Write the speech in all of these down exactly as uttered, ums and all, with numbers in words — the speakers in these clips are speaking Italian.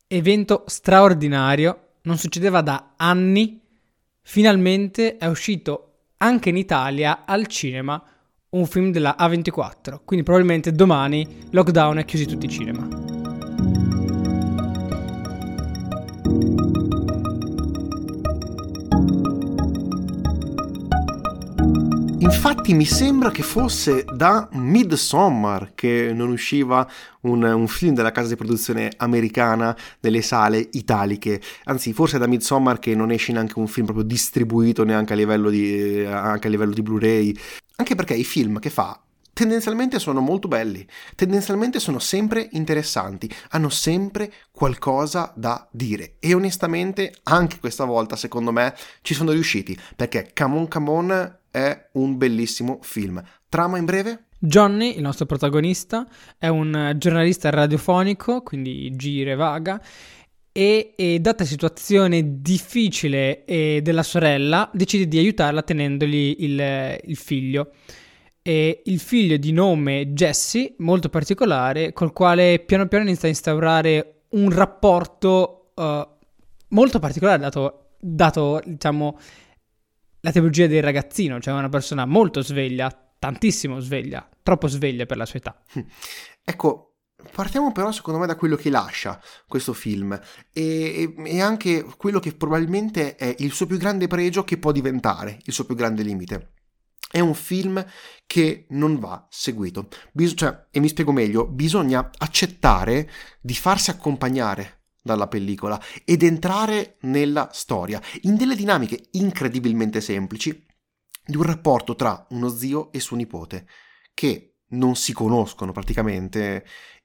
Evento straordinario, non succedeva da anni, finalmente è uscito anche in Italia al cinema un film della A ventiquattro, quindi probabilmente domani lockdown e chiusi tutti i cinema. Infatti mi sembra che fosse da Midsommar che non usciva un, un film della casa di produzione americana nelle sale italiche, anzi forse da Midsommar che non esce neanche un film proprio distribuito neanche a livello di, anche a livello di Blu-ray, anche perché i film che fa tendenzialmente sono molto belli, tendenzialmente sono sempre interessanti, hanno sempre qualcosa da dire e onestamente anche questa volta secondo me ci sono riusciti, perché Come On Come On è un bellissimo film. Trama in breve? Johnny, il nostro protagonista, è un giornalista radiofonico, quindi gira e vaga, e, e data la situazione difficile eh, della sorella, decide di aiutarla tenendogli il, il figlio. E il figlio di nome Jesse, molto particolare, col quale piano piano inizia a instaurare un rapporto uh, molto particolare, dato, dato diciamo, la tipologia del ragazzino, cioè una persona molto sveglia, tantissimo sveglia, troppo sveglia per la sua età. Ecco, partiamo però secondo me da quello che lascia questo film e, e anche quello che probabilmente è il suo più grande pregio, che può diventare il suo più grande limite. È un film che non va seguito. Bis- cioè, e mi spiego meglio, bisogna accettare di farsi accompagnare dalla pellicola ed entrare nella storia, in delle dinamiche incredibilmente semplici di un rapporto tra uno zio e suo nipote, che non si conoscono praticamente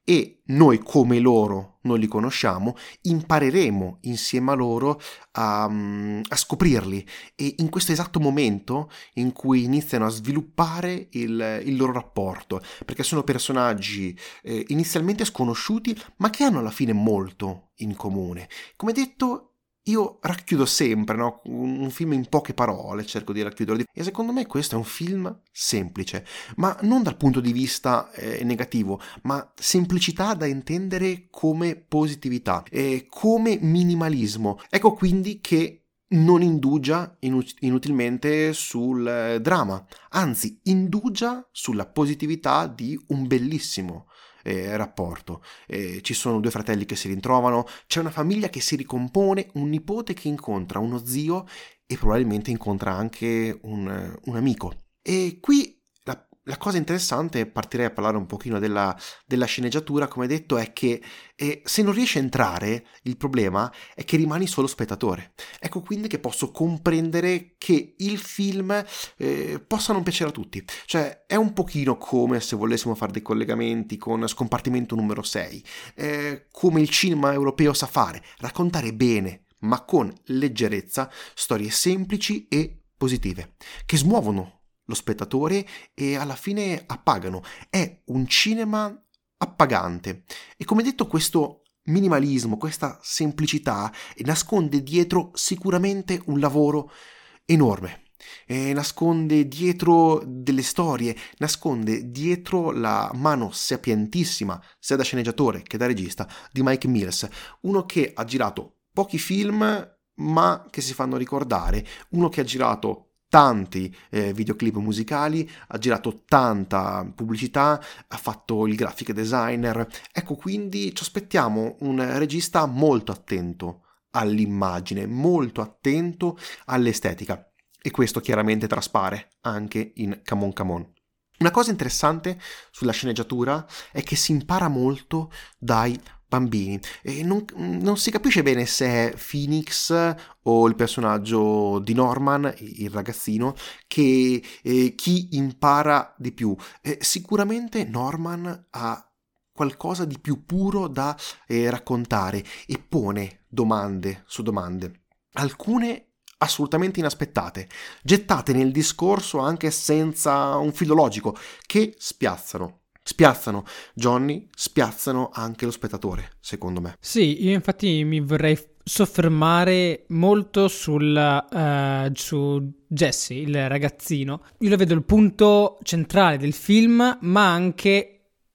e noi come loro non li conosciamo, impareremo insieme a loro a, a scoprirli e in questo esatto momento in cui iniziano a sviluppare il, il loro rapporto, perché sono personaggi eh, inizialmente sconosciuti ma che hanno alla fine molto in comune. Come detto, io racchiudo sempre, no? Un film in poche parole, cerco di racchiuderlo. E secondo me questo è un film semplice, ma non dal punto di vista eh, negativo, ma semplicità da intendere come positività, eh, come minimalismo. Ecco quindi che non indugia inut- inutilmente sul eh, dramma, anzi indugia sulla positività di un bellissimo Eh, rapporto. Eh, ci sono due fratelli che si ritrovano, c'è una famiglia che si ricompone, un nipote che incontra uno zio e probabilmente incontra anche un, un amico. E qui la, la cosa interessante, partirei a parlare un pochino della, della sceneggiatura, come detto, è che eh, se non riesci a entrare, il problema è che rimani solo spettatore. Ecco quindi che posso comprendere che il film eh, possa non piacere a tutti. Cioè è un pochino come se volessimo fare dei collegamenti con Scompartimento numero sei, eh, come il cinema europeo sa fare, raccontare bene ma con leggerezza storie semplici e positive che smuovono lo spettatore e alla fine appagano. È un cinema appagante e come detto questo minimalismo, questa semplicità nasconde dietro sicuramente un lavoro enorme. E nasconde dietro delle storie, nasconde dietro la mano sapientissima, sia da sceneggiatore che da regista, di Mike Mills, uno che ha girato pochi film ma che si fanno ricordare, uno che ha girato tanti eh, videoclip musicali, ha girato tanta pubblicità, ha fatto il graphic designer. Ecco, quindi ci aspettiamo un regista molto attento all'immagine, molto attento all'estetica. E questo chiaramente traspare anche in Come On Come On. Una cosa interessante sulla sceneggiatura è che si impara molto dai bambini e non, non si capisce bene se è Phoenix o il personaggio di Norman, il ragazzino, che eh, chi impara di più. Eh, sicuramente Norman ha qualcosa di più puro da eh, raccontare e pone domande su domande. Alcune assolutamente inaspettate, gettate nel discorso anche senza un filo logico, che spiazzano. Spiazzano Johnny, spiazzano anche lo spettatore, secondo me. Sì, io infatti mi vorrei soffermare molto sul, uh, su Jesse, il ragazzino. Io lo vedo il punto centrale del film, ma anche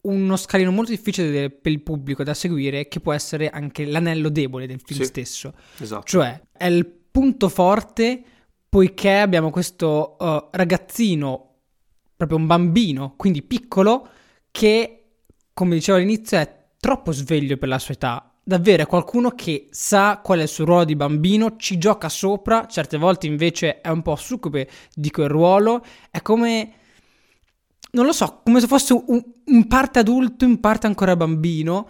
uno scalino molto difficile de- per il pubblico da seguire, che può essere anche l'anello debole del film Sì, stesso. esatto. Cioè, è il punto forte, poiché abbiamo questo uh, ragazzino, proprio un bambino, quindi piccolo, che, come dicevo all'inizio, è troppo sveglio per la sua età. Davvero è qualcuno che sa qual è il suo ruolo di bambino, ci gioca sopra, certe volte invece è un po' succube di quel ruolo, è come... non lo so, come se fosse un, in parte adulto, in parte ancora bambino,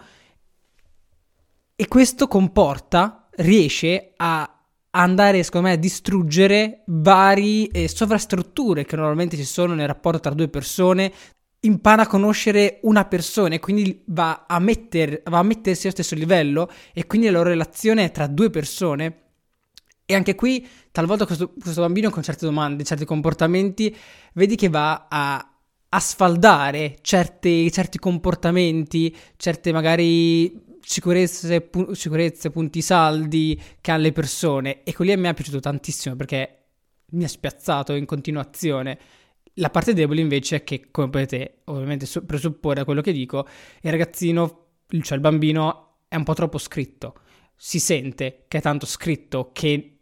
e questo comporta, riesce a andare, secondo me, a distruggere vari eh, sovrastrutture che normalmente ci sono nel rapporto tra due persone. Impara a conoscere una persona e quindi va a, metter, va a mettersi allo stesso livello, e quindi la loro relazione è tra due persone. E anche qui, talvolta questo, questo bambino con certe domande, certi comportamenti, vedi che va a a sfaldare certi, certi comportamenti, certe magari sicurezze, pu- sicurezze, punti saldi che hanno le persone. E quelli a me è piaciuto tantissimo, perché mi ha spiazzato in continuazione. La parte debole invece è che, come potete ovviamente presupporre da quello che dico, il ragazzino, cioè il bambino, è un po' troppo scritto. Si sente che è tanto scritto che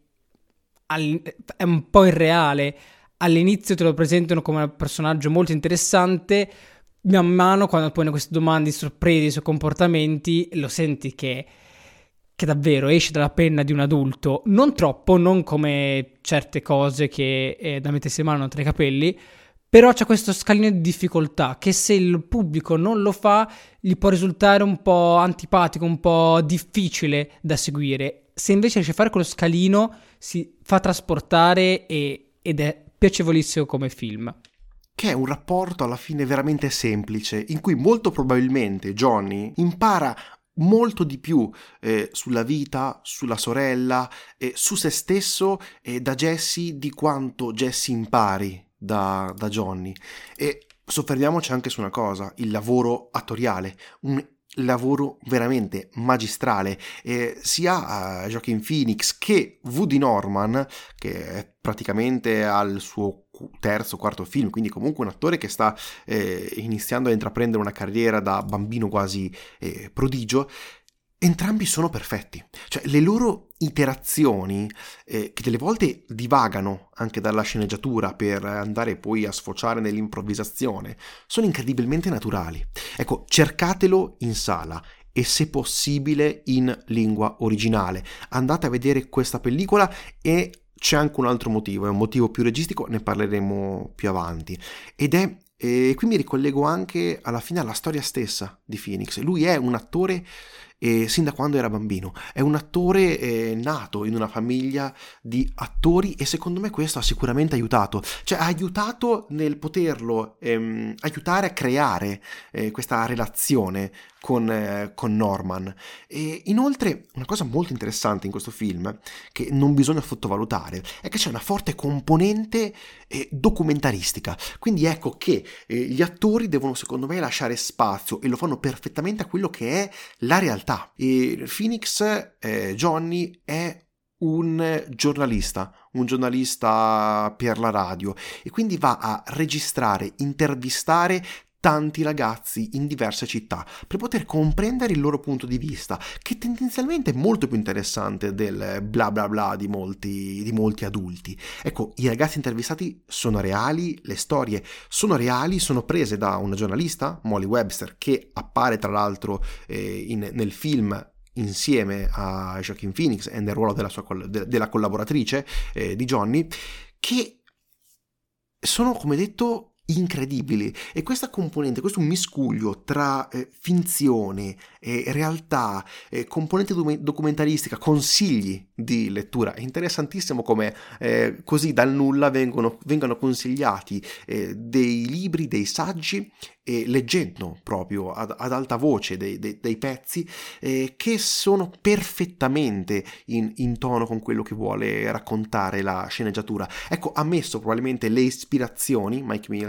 è un po' irreale. All'inizio te lo presentano come un personaggio molto interessante, man mano quando pone queste domande sorpresi i suoi comportamenti, lo senti che, che davvero esce dalla penna di un adulto, non troppo, non come certe cose che è da mettersi in mano tra i capelli, però c'è questo scalino di difficoltà che, se il pubblico non lo fa, gli può risultare un po' antipatico, un po' difficile da seguire. Se invece riesce a fare quello scalino, si fa trasportare e, ed è piacevolissimo come film. Che è un rapporto alla fine veramente semplice, in cui molto probabilmente Johnny impara molto di più eh, sulla vita, sulla sorella, eh, su se stesso e da Jesse di quanto Jesse impari da, da Johnny. E soffermiamoci anche su una cosa: il lavoro attoriale, un lavoro veramente magistrale, eh, sia a Joaquin Phoenix che Woody Norman, che è praticamente al suo terzo, quarto film, quindi comunque un attore che sta eh, iniziando a intraprendere una carriera da bambino quasi eh, prodigio. Entrambi sono perfetti, cioè le loro iterazioni, eh, che delle volte divagano anche dalla sceneggiatura per andare poi a sfociare nell'improvvisazione, sono incredibilmente naturali. Ecco, cercatelo in sala e se possibile in lingua originale. Andate a vedere questa pellicola, e c'è anche un altro motivo, è un motivo più registico, ne parleremo più avanti, ed è, e qui mi ricollego anche alla fine alla storia stessa di Phoenix. Lui è un attore e sin da quando era bambino, è un attore eh, nato in una famiglia di attori, e secondo me questo ha sicuramente aiutato, cioè ha aiutato nel poterlo ehm, aiutare a creare eh, questa relazione con, eh, con Norman. E inoltre una cosa molto interessante in questo film, che non bisogna sottovalutare, è che c'è una forte componente eh, documentaristica, quindi ecco che eh, gli attori devono, secondo me, lasciare spazio, e lo fanno perfettamente, a quello che è la realtà. E Phoenix, eh, Johnny, è un giornalista, un giornalista per la radio, e quindi va a registrare, intervistare tanti ragazzi in diverse città per poter comprendere il loro punto di vista, che tendenzialmente è molto più interessante del bla bla bla di molti, di molti adulti. Ecco, i ragazzi intervistati sono reali, le storie sono reali, sono prese da una giornalista, Molly Webster, che appare tra l'altro eh, in, nel film insieme a Joaquin Phoenix e nel ruolo della, sua, de, della collaboratrice eh, di Johnny, che sono, come detto, incredibili. E questa componente, questo miscuglio tra eh, finzione e realtà, eh, componente do- documentaristica, consigli di lettura, è interessantissimo come eh, così dal nulla vengono, vengano consigliati eh, dei libri, dei saggi, e leggendo proprio ad, ad alta voce dei, dei, dei pezzi eh, che sono perfettamente in, in tono con quello che vuole raccontare la sceneggiatura. Ecco, ha messo probabilmente le ispirazioni, Mike Mills,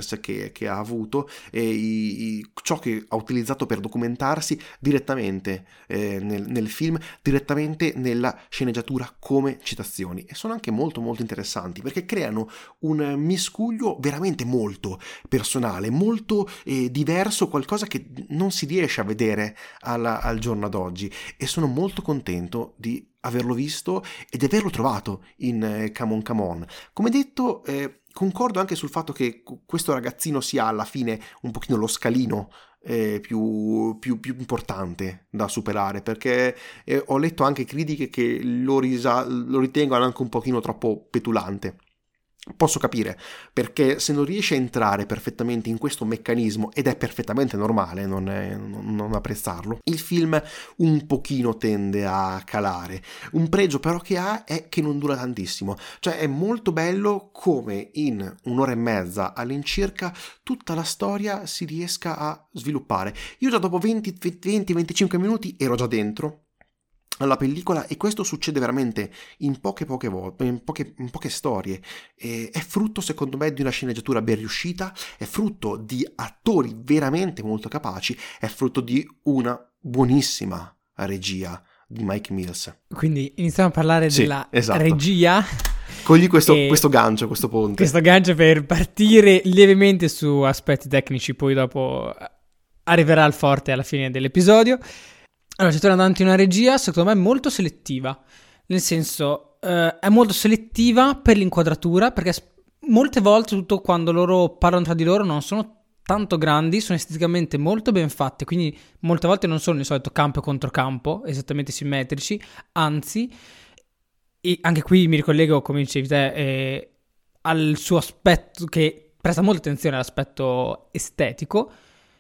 Mills che, che ha avuto e i, i, ciò che ha utilizzato per documentarsi direttamente eh, nel, nel film, direttamente nella sceneggiatura come citazioni, e sono anche molto molto interessanti perché creano un miscuglio veramente molto personale, molto eh, diverso, qualcosa che non si riesce a vedere alla, al giorno d'oggi, e sono molto contento di averlo visto e di averlo trovato in eh, Come On Come On. Come detto, eh, concordo anche sul fatto che questo ragazzino sia alla fine un pochino lo scalino eh, più, più, più importante da superare, perché eh, ho letto anche critiche che lo, risa- lo ritengono anche un pochino troppo petulante. Posso capire, perché se non riesce a entrare perfettamente in questo meccanismo, ed è perfettamente normale non, è, non, non apprezzarlo, il film un pochino tende a calare. Un pregio però che ha è che non dura tantissimo, cioè è molto bello come in un'ora e mezza all'incirca tutta la storia si riesca a sviluppare. Io già dopo venti venticinque minuti ero già dentro alla pellicola, e questo succede veramente in poche poche volte, in poche, in poche storie. E è frutto secondo me di una sceneggiatura ben riuscita, è frutto di attori veramente molto capaci, è frutto di una buonissima regia di Mike Mills. Quindi iniziamo a parlare sì, della esatto. regia. Cogli questo, questo gancio, questo ponte. Questo gancio per partire lievemente su aspetti tecnici, poi dopo arriverà al forte alla fine dell'episodio. Allora, ci torna davanti una regia, secondo me, molto selettiva. Nel senso, eh, è molto selettiva per l'inquadratura, perché molte volte, tutto quando loro parlano tra di loro, non sono tanto grandi, sono esteticamente molto ben fatte, quindi molte volte non sono il solito campo contro campo, esattamente simmetrici, anzi, e anche qui mi ricollego, come dicevi te, eh, al suo aspetto, che presta molta attenzione all'aspetto estetico.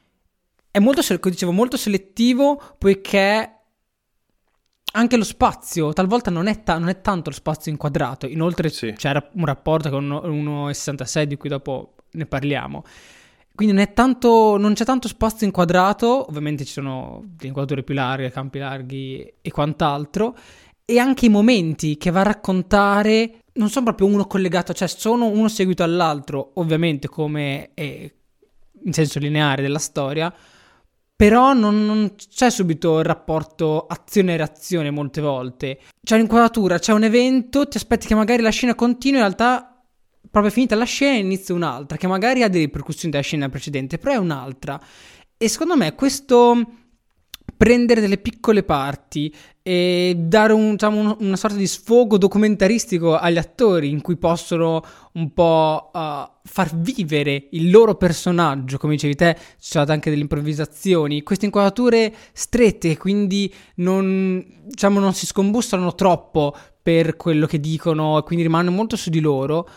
È molto, come dicevo, molto selettivo, poiché anche lo spazio talvolta non è, ta- non è tanto lo spazio inquadrato. Inoltre sì. C'era un rapporto con uno virgola sessantasei di cui dopo ne parliamo. Quindi non è tanto, non c'è tanto spazio inquadrato. Ovviamente ci sono le inquadrature più larghe, campi larghi e quant'altro. E anche i momenti che va a raccontare non sono proprio uno collegato, cioè sono uno seguito all'altro, ovviamente come è in senso lineare della storia. Però non, non c'è subito il rapporto azione-reazione molte volte. C'è un'inquadratura, c'è un evento, ti aspetti che magari la scena continui, in realtà proprio finita la scena inizia un'altra, che magari ha delle ripercussioni della scena precedente, però è un'altra. E secondo me questo prendere delle piccole parti e dare un, diciamo, una sorta di sfogo documentaristico agli attori in cui possono un po' uh, far vivere il loro personaggio, come dicevi te, ci sono state anche delle improvvisazioni, queste inquadrature strette, quindi non, diciamo, non si scombussano troppo per quello che dicono e quindi rimangono molto su di loro.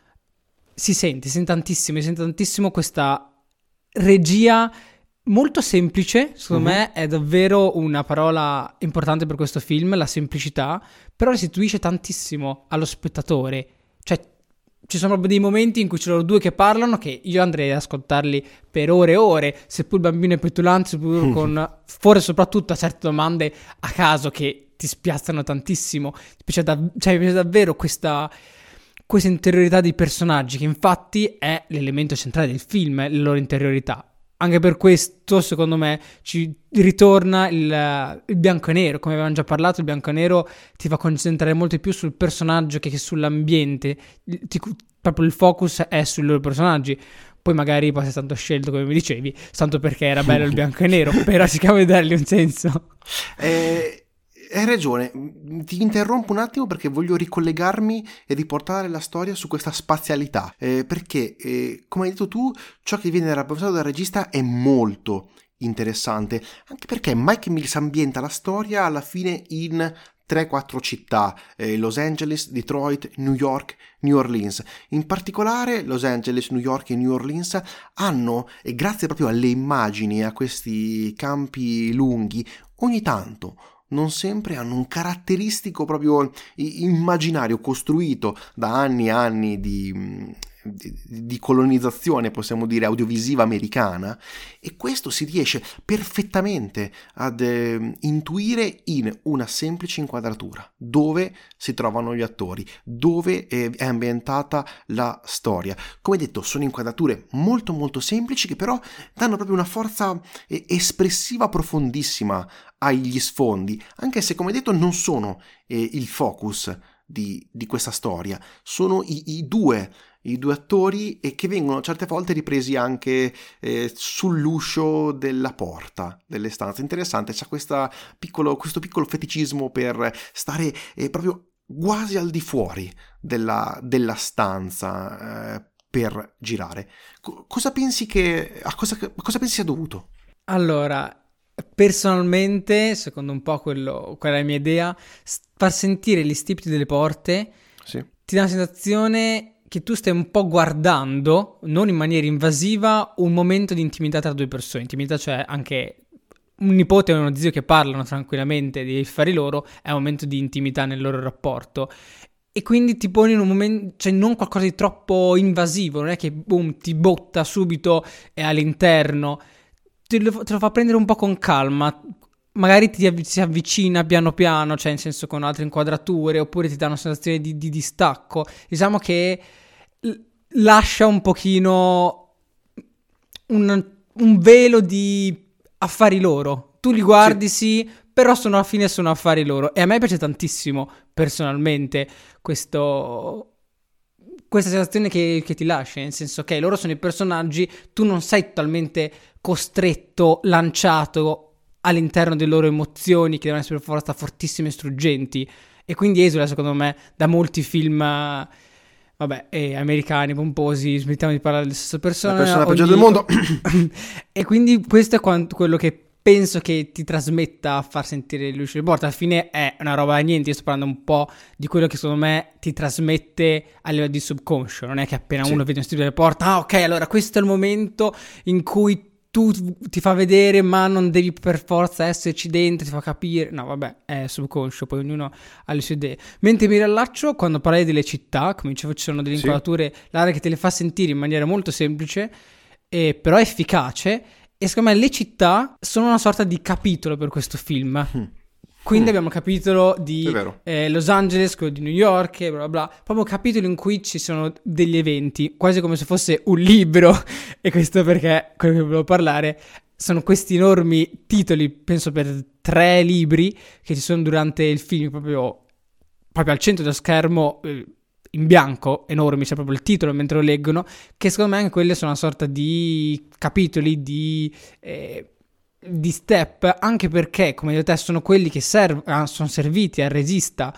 Si sente, si sente tantissimo, si sente tantissimo questa regia molto semplice, secondo uh-huh. me è davvero una parola importante per questo film, la semplicità, però restituisce tantissimo allo spettatore. Cioè ci sono proprio dei momenti in cui c'è loro due che parlano che io andrei ad ascoltarli per ore e ore, seppur il bambino è petulante, seppur uh-huh. con forse soprattutto a certe domande a caso che ti spiazzano tantissimo. Mi piace, da, cioè, mi piace davvero questa questa interiorità dei personaggi, che infatti è l'elemento centrale del film, la loro interiorità. Anche per questo, secondo me, ci ritorna il, il bianco e nero. Come avevamo già parlato, il bianco e nero ti fa concentrare molto di più sul personaggio che, che sull'ambiente. Ti, proprio il focus è sui loro personaggi. Poi magari può essere tanto scelto, come mi dicevi, tanto perché era bello il bianco e nero, però cerchiamo di dargli un senso. Eh... Hai ragione, ti interrompo un attimo perché voglio ricollegarmi e riportare la storia su questa spazialità, eh, perché, eh, come hai detto tu, ciò che viene rappresentato dal regista è molto interessante, anche perché Mike Mills ambienta la storia alla fine in tre quattro città, eh, Los Angeles, Detroit, New York, New Orleans. In particolare Los Angeles, New York e New Orleans hanno, e grazie proprio alle immagini, a questi campi lunghi, ogni tanto, non sempre, hanno un caratteristico proprio immaginario costruito da anni e anni di, di, di colonizzazione, possiamo dire, audiovisiva americana, e questo si riesce perfettamente ad eh, intuire in una semplice inquadratura, dove si trovano gli attori, dove eh, è ambientata la storia. Come detto, sono inquadrature molto molto semplici che però danno proprio una forza eh, espressiva profondissima agli sfondi, anche se, come detto, non sono eh, il focus di, di questa storia, sono i, i due i due attori, e che vengono certe volte ripresi anche eh, sull'uscio della porta delle stanze. Interessante, c'è questa piccolo, questo piccolo feticismo per stare eh, proprio quasi al di fuori della, della stanza eh, per girare. Co- cosa pensi che a cosa, a cosa pensi sia dovuto? Allora, personalmente, secondo un po' quello, quella è la mia idea, far sentire gli stipiti delle porte Sì. ti dà la sensazione che tu stai un po' guardando, non in maniera invasiva, un momento di intimità tra due persone. Intimità, cioè anche un nipote e uno zio che parlano tranquillamente degli affari loro, è un momento di intimità nel loro rapporto. E quindi ti poni in un momento, cioè non qualcosa di troppo invasivo, non è che boom, ti botta subito e all'interno. Te lo, te lo fa prendere un po' con calma. Magari ti avv- si avvicina piano piano, cioè in senso con altre inquadrature, oppure ti dà una sensazione di, di distacco. Diciamo che lascia un pochino un, un velo di affari loro. Tu li guardi, sì. sì, però sono alla fine sono affari loro. E a me piace tantissimo, personalmente, questo, questa sensazione che, che ti lascia. Nel senso che loro sono i personaggi, tu non sei totalmente costretto, lanciato all'interno delle loro emozioni, che devono essere per forza fortissime e struggenti. E quindi esula, secondo me, da molti film... Vabbè, eh, americani, pomposi, smettiamo di parlare della stessa persona. La persona ogni... peggiore del mondo. E quindi questo è quanto, quello che penso che ti trasmetta a far sentire l'uscio di porta. Alla fine è una roba da niente, io sto parlando un po' di quello che secondo me ti trasmette a livello di subconscio. Non è che appena sì. uno vede un stile delle porte, ah ok, allora questo è il momento in cui tu ti fa vedere, ma non devi per forza esserci dentro, ti fa capire. No, vabbè, è subconscio, poi ognuno ha le sue idee. Mentre mi riallaccio, quando parlai delle città, come dicevo, ci sono delle inquadrature, sì. l'area che te le fa sentire in maniera molto semplice, eh, però efficace, e secondo me le città sono una sorta di capitolo per questo film. Mm. Quindi mm. abbiamo capitolo di eh, Los Angeles, quello di New York, e bla bla, proprio capitoli in cui ci sono degli eventi, quasi come se fosse un libro. E questo perché quello che volevo parlare sono questi enormi titoli, penso per tre libri, che ci sono durante il film, proprio, proprio al centro dello schermo, eh, in bianco, enormi, c'è proprio il titolo mentre lo leggono, che secondo me anche quelle sono una sorta di capitoli, di... Eh, di step, anche perché, come detto te, sono quelli che serv- sono serviti al regista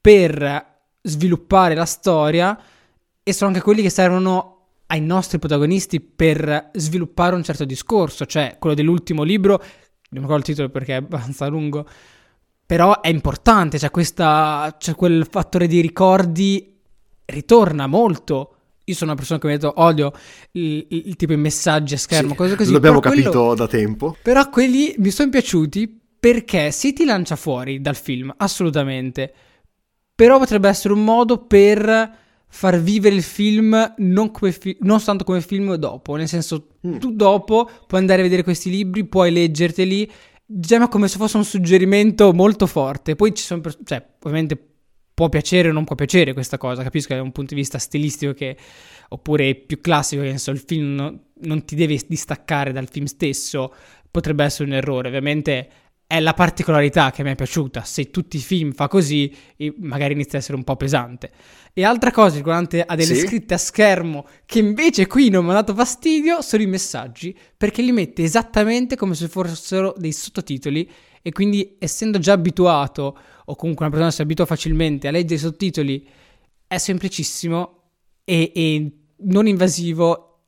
per sviluppare la storia, e sono anche quelli che servono ai nostri protagonisti per sviluppare un certo discorso. Cioè quello dell'ultimo libro, non mi ricordo il titolo perché è abbastanza lungo, però è importante, cioè questa, cioè quel fattore di ricordi ritorna molto. Io sono una persona che mi ha detto odio il, il, il tipo di messaggi a schermo, sì, cose così. L'abbiamo capito quello, da tempo. Però quelli mi sono piaciuti perché si ti lancia fuori dal film, assolutamente. Però potrebbe essere un modo per far vivere il film non, come fi- non tanto come film dopo. Nel senso, mm. tu dopo puoi andare a vedere questi libri, puoi leggerteli, diciamo come se fosse un suggerimento molto forte. Poi ci sono, pers- cioè, ovviamente può piacere o non può piacere questa cosa, capisco che da un punto di vista stilistico che, oppure più classico, che il film no, non ti deve distaccare dal film stesso, potrebbe essere un errore. Ovviamente è la particolarità che mi è piaciuta. Se tutti i film fa così, magari inizia a essere un po' pesante. E altra cosa riguardante a delle sì. scritte a schermo che invece qui non mi ha dato fastidio sono i messaggi, perché li mette esattamente come se fossero dei sottotitoli, e quindi essendo già abituato, o comunque una persona si abitua facilmente a leggere i sottotitoli, è semplicissimo e, e non invasivo,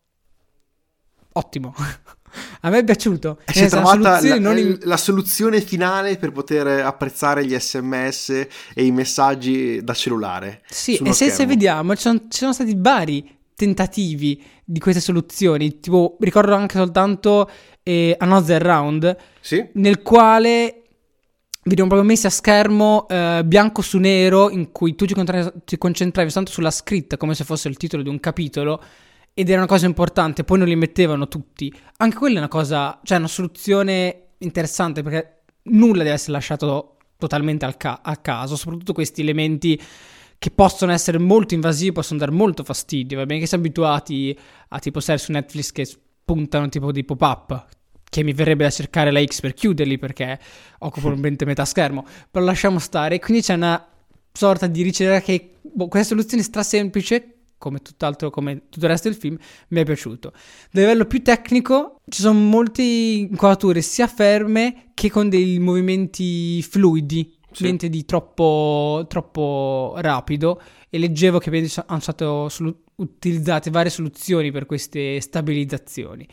ottimo. A me è piaciuto. E si è trovata la, non in... la soluzione finale per poter apprezzare gli sms e i messaggi da cellulare. Sì, e se, se vediamo, ci sono, ci sono stati vari tentativi di queste soluzioni. Tipo, ricordo anche soltanto eh, Another Round, sì? nel quale venivano proprio messi a schermo eh, bianco su nero, in cui tu ti, contra- ti concentravi soltanto sulla scritta come se fosse il titolo di un capitolo, ed era una cosa importante. Poi non li mettevano tutti. Anche quella è una cosa, cioè una soluzione interessante, perché nulla deve essere lasciato totalmente al ca- a caso, soprattutto questi elementi che possono essere molto invasivi, possono dare molto fastidio. Va bene che siamo abituati a tipo serie su Netflix che spuntano tipo di pop-up, che mi verrebbe da cercare la X per chiuderli perché occupano veramente metà schermo, però lasciamo stare. Quindi c'è una sorta di ricerca che, boh, questa soluzione stra semplice, come tutt'altro, come tutto il resto del film, mi è piaciuto. A livello più tecnico ci sono molte inquadrature sia ferme che con dei movimenti fluidi, sì. Niente di troppo, troppo rapido, e leggevo che hanno stato solu- utilizzate varie soluzioni per queste stabilizzazioni.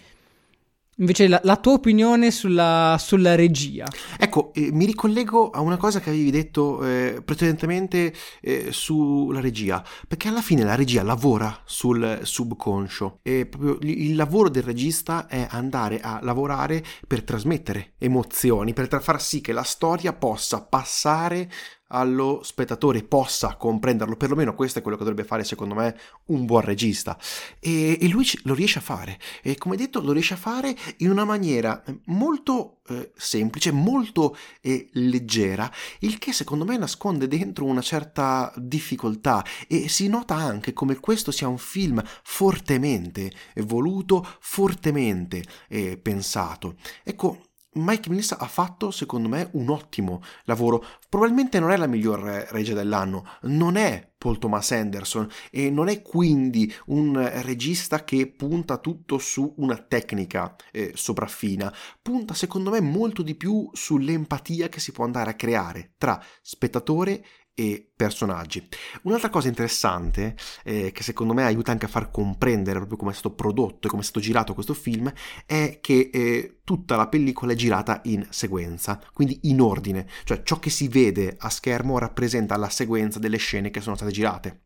Invece la, la tua opinione sulla, sulla regia? Ecco, eh, mi ricollego a una cosa che avevi detto eh, precedentemente eh, sulla regia, perché alla fine la regia lavora sul subconscio, e proprio il lavoro del regista è andare a lavorare per trasmettere emozioni, per tra- far sì che la storia possa passare allo spettatore, possa comprenderlo. Perlomeno questo è quello che dovrebbe fare, secondo me, un buon regista, e, e lui lo riesce a fare, e come detto lo riesce a fare in una maniera molto eh, semplice, molto eh, leggera, il che secondo me nasconde dentro una certa difficoltà, e si nota anche come questo sia un film fortemente voluto, fortemente eh, pensato. Ecco, Mike Mills ha fatto, secondo me, un ottimo lavoro. Probabilmente non è la miglior regia dell'anno, non è Paul Thomas Anderson, e non è quindi un regista che punta tutto su una tecnica eh, sopraffina. Punta, secondo me, molto di più sull'empatia che si può andare a creare tra spettatore e personaggi. Un'altra cosa interessante eh, che secondo me aiuta anche a far comprendere proprio come è stato prodotto e come è stato girato questo film è che eh, tutta la pellicola è girata in sequenza, quindi in ordine, cioè ciò che si vede a schermo rappresenta la sequenza delle scene che sono state girate.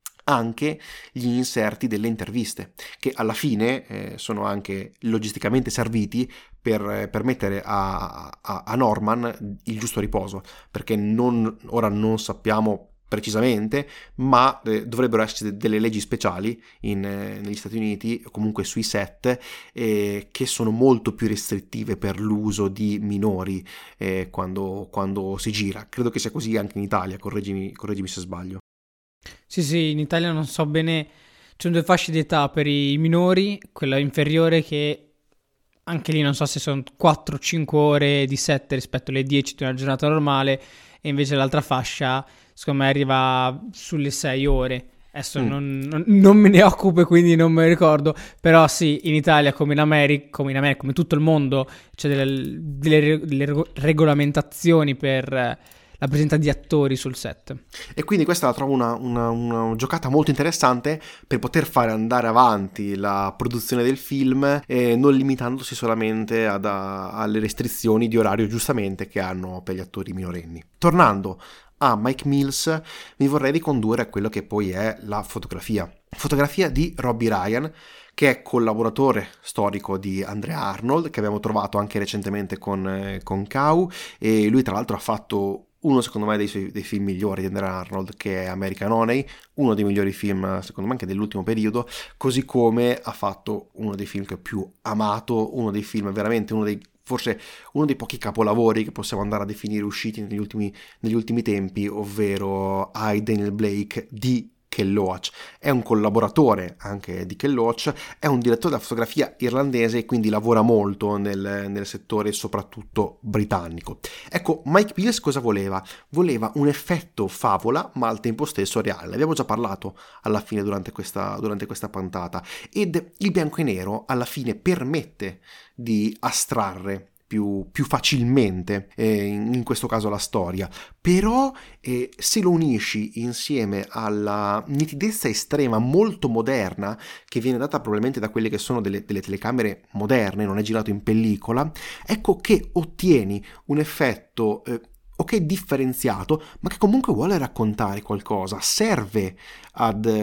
Anche gli inserti delle interviste, che alla fine eh, sono anche logisticamente serviti per permettere a, a, a Norman il giusto riposo, perché non, ora non sappiamo precisamente, ma eh, dovrebbero esserci delle leggi speciali in, eh, negli Stati Uniti, o comunque sui set, eh, che sono molto più restrittive per l'uso di minori eh, quando, quando si gira. Credo che sia così anche in Italia, correggimi, correggimi se sbaglio. Sì, sì, in Italia non so bene, ci sono due fasce di età per i minori, quella inferiore che anche lì non so se sono quattro cinque ore di set rispetto alle dieci di una giornata normale, e invece l'altra fascia secondo me arriva sulle sei ore. Adesso mm. non, non, non me ne occupo e quindi non me ne ricordo, però sì, in Italia come in America, come in America, come tutto il mondo, c'è delle, delle, delle regolamentazioni per la presenza di attori sul set. E quindi questa la trovo una, una, una giocata molto interessante per poter fare andare avanti la produzione del film, eh, non limitandosi solamente ad, a, alle restrizioni di orario, giustamente, che hanno per gli attori minorenni. Tornando a Mike Mills, mi vorrei ricondurre a quello che poi è la fotografia. Fotografia di Robbie Ryan, che è collaboratore storico di Andrea Arnold, che abbiamo trovato anche recentemente con, eh, con Cow, e lui tra l'altro ha fatto uno, secondo me, dei, suoi, dei film migliori di Andrea Arnold, che è American Honey, uno dei migliori film, secondo me, anche dell'ultimo periodo, così come ha fatto uno dei film che ho più amato, uno dei film, veramente uno dei, forse uno dei pochi capolavori che possiamo andare a definire usciti negli ultimi, negli ultimi tempi, ovvero I, Daniel Blake di Ken Loach. È un collaboratore anche di Ken Loach, è un direttore della fotografia irlandese e quindi lavora molto nel, nel settore soprattutto britannico. Ecco, Mike Mills cosa voleva? Voleva un effetto favola ma al tempo stesso reale. Ne abbiamo già parlato alla fine durante questa, durante questa puntata, ed il bianco e nero alla fine permette di astrarre Più, più facilmente eh, in, in questo caso la storia, però eh, se lo unisci insieme alla nitidezza estrema molto moderna che viene data probabilmente da quelle che sono delle, delle telecamere moderne, non è girato in pellicola, ecco che ottieni un effetto eh, ok differenziato, ma che comunque vuole raccontare qualcosa, serve ad, eh,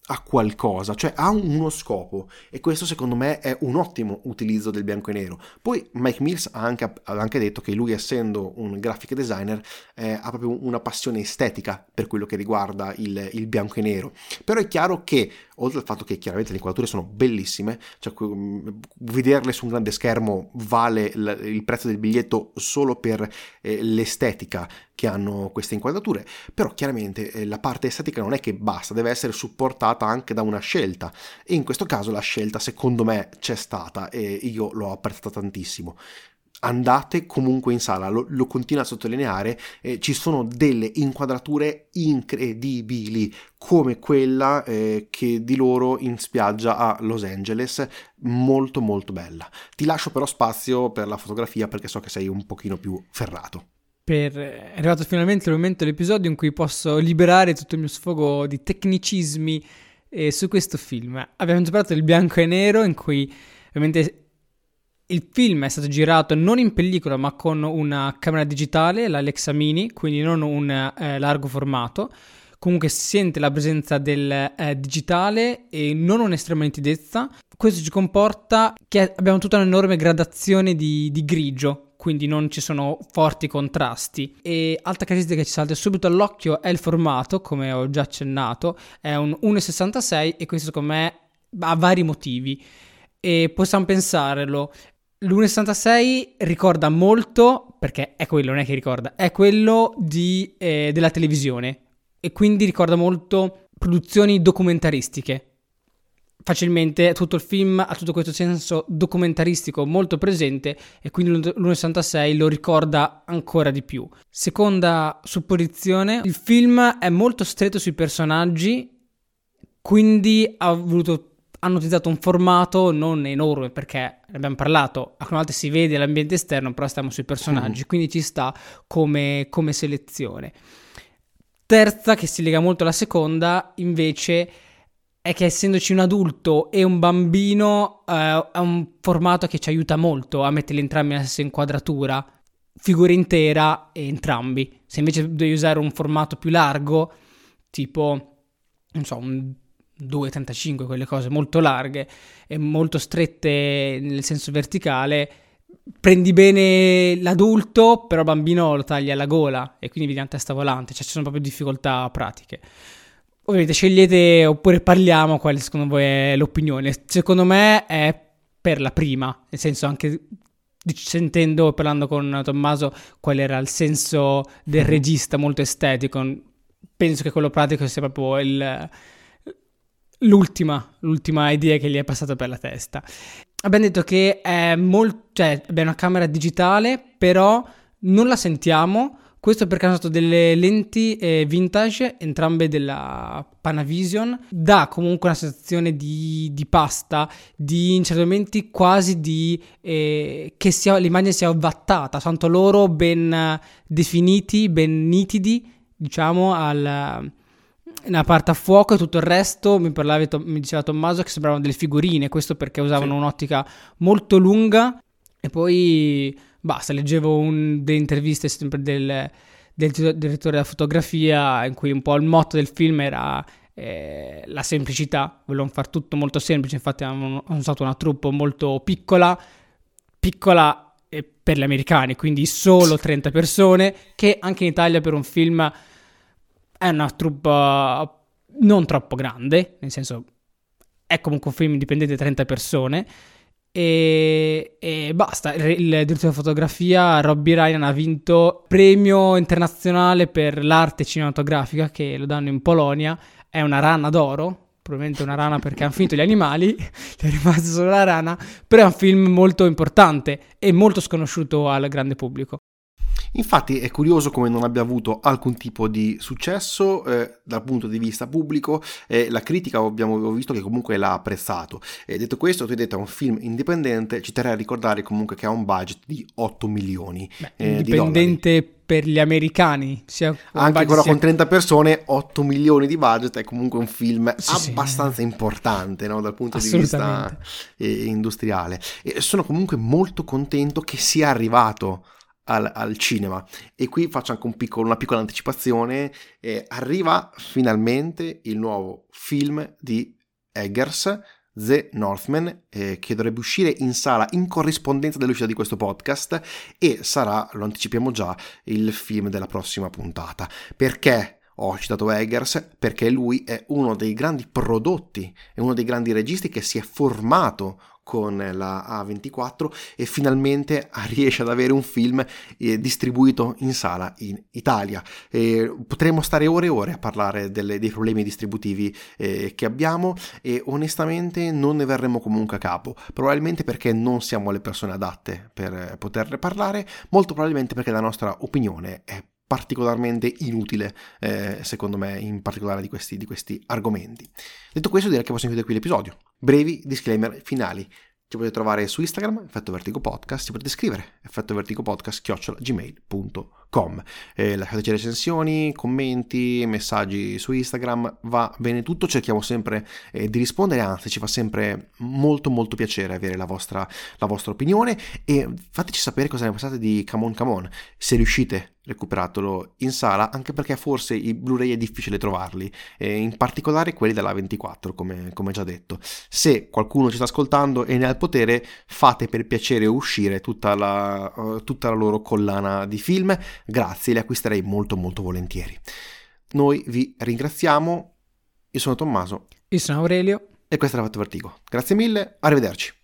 a qualcosa, cioè ha uno scopo, e questo secondo me è un ottimo utilizzo del bianco e nero. Poi Mike Mills ha anche, ha anche detto che lui, essendo un graphic designer, eh, ha proprio una passione estetica per quello che riguarda il, il bianco e nero. Però è chiaro che, oltre al fatto che chiaramente le inquadrature sono bellissime, cioè vederle su un grande schermo vale il, il prezzo del biglietto solo per eh, l'estetica che hanno queste inquadrature, però chiaramente eh, la parte estetica non è che basta, deve essere supportata anche da una scelta, e in questo caso la scelta secondo me c'è stata e io l'ho apprezzata tantissimo. Andate comunque in sala, lo, lo continuo a sottolineare, eh, ci sono delle inquadrature incredibili come quella eh, che di loro in spiaggia a Los Angeles, molto molto bella. Ti lascio però spazio per la fotografia perché so che sei un pochino più ferrato. Per, è arrivato finalmente il momento dell'episodio in cui posso liberare tutto il mio sfogo di tecnicismi eh, su questo film. Abbiamo già parlato del bianco e nero, in cui ovviamente il film è stato girato non in pellicola ma con una camera digitale, l'Alexa Mini, quindi non un eh, largo formato. Comunque si sente la presenza del eh, digitale e non un'estrema nitidezza. Questo ci comporta che abbiamo tutta un'enorme gradazione di, di grigio, quindi non ci sono forti contrasti. E altra caratteristica che ci salta subito all'occhio è il formato, come ho già accennato, è un uno virgola sessantasei e questo secondo me ha vari motivi e possiamo pensarlo. L'uno virgola sessantasei ricorda molto, perché è quello, non è che ricorda, è quello di, eh, della televisione, e quindi ricorda molto produzioni documentaristiche. Facilmente tutto il film ha tutto questo senso documentaristico molto presente e quindi l'uno virgola sessantasei lo ricorda ancora di più. Seconda supposizione, il film è molto stretto sui personaggi, quindi ha voluto, hanno utilizzato un formato non enorme perché, ne abbiamo parlato, a volte si vede l'ambiente esterno, però stiamo sui personaggi, mm. quindi ci sta come, come selezione. Terza, che si lega molto alla seconda, invece, è che essendoci un adulto e un bambino eh, è un formato che ci aiuta molto a metterli entrambi nella stessa inquadratura, figura intera e entrambi. Se invece devi usare un formato più largo, tipo, non so, un due virgola trentacinque, quelle cose molto larghe e molto strette nel senso verticale, prendi bene l'adulto, però il bambino lo tagli alla gola e quindi viene a testa volante, cioè ci sono proprio difficoltà pratiche. Ovviamente scegliete oppure parliamo quale secondo voi è l'opinione. Secondo me è per la prima, nel senso, anche sentendo e parlando con Tommaso qual era il senso del regista molto estetico, penso che quello pratico sia proprio il, l'ultima, l'ultima idea che gli è passata per la testa. Abbiamo detto che è molto, cioè abbiamo una camera digitale, però non la sentiamo. Questo perché hanno usato delle lenti eh, vintage, entrambe della Panavision, dà comunque una sensazione di, di pasta, di in certi momenti quasi di eh, che sia, l'immagine sia avvattata, tanto loro ben definiti, ben nitidi, diciamo, al, nella parte a fuoco, e tutto il resto mi parlava, mi diceva Tommaso che sembravano delle figurine, questo perché usavano sì. un'ottica molto lunga. E poi basta, leggevo un, delle interviste sempre del, del direttore della fotografia in cui un po' il motto del film era eh, la semplicità, volevano far tutto molto semplice, infatti hanno, hanno usato una troupe molto piccola, piccola eh, per gli americani, quindi solo trenta persone, che anche in Italia per un film è una troupe uh, non troppo grande, nel senso è comunque un film indipendente di trenta persone. E, e basta. Il, il direttore di fotografia Robbie Ryan ha vinto premio internazionale per l'arte cinematografica, che lo danno in Polonia. È una rana d'oro, probabilmente una rana perché hanno finito gli animali, è rimasta solo la rana, però è un film molto importante e molto sconosciuto al grande pubblico. Infatti è curioso come non abbia avuto alcun tipo di successo eh, dal punto di vista pubblico, eh, la critica abbiamo visto che comunque l'ha apprezzato. E detto questo, tu hai detto è un film indipendente, ci terrei a ricordare comunque che ha un budget di otto milioni Beh, eh, indipendente di dollari. Per gli americani, sia anche quello sia... con trenta persone, otto milioni di budget è comunque un film sì, abbastanza sì. importante, no? Dal punto di vista eh, industriale. E sono comunque molto contento che sia arrivato al, al cinema. E qui faccio anche un piccolo, una piccola anticipazione, eh, arriva finalmente il nuovo film di Eggers, The Northman, eh, che dovrebbe uscire in sala in corrispondenza dell'uscita di questo podcast, e sarà, lo anticipiamo già, il film della prossima puntata. Perché ho citato Eggers? Perché lui è uno dei grandi prodotti, è uno dei grandi registi che si è formato con la A ventiquattro e finalmente riesce ad avere un film eh, distribuito in sala in Italia. Eh, potremmo stare ore e ore a parlare delle, dei problemi distributivi eh, che abbiamo, e onestamente non ne verremo comunque a capo, probabilmente perché non siamo le persone adatte per poterne parlare, molto probabilmente perché la nostra opinione è particolarmente inutile, eh, secondo me, in particolare di questi, di questi argomenti. Detto questo, direi che possiamo chiudere qui l'episodio. Brevi disclaimer finali. Ci potete trovare su Instagram, Effetto Vertigo Podcast, ci potete scrivere effettovertigopodcast chiocciola gmail punto com. Eh, lasciateci recensioni, commenti, messaggi su Instagram, va bene tutto, cerchiamo sempre eh, di rispondere, anzi ci fa sempre molto molto piacere avere la vostra, la vostra opinione, e fateci sapere cosa ne pensate di Come On Come On. Se riuscite, recuperatelo in sala, anche perché forse i Blu-ray è difficile trovarli, eh, in particolare quelli della A ventiquattro, come, come già detto. Se qualcuno ci sta ascoltando e ne ha il potere, fate per piacere uscire tutta la, uh, tutta la loro collana di film, grazie, li acquisterei molto molto volentieri. Noi vi ringraziamo, io sono Tommaso. Io sono Aurelio. E questo era Effetto Vertigo. Grazie mille, arrivederci.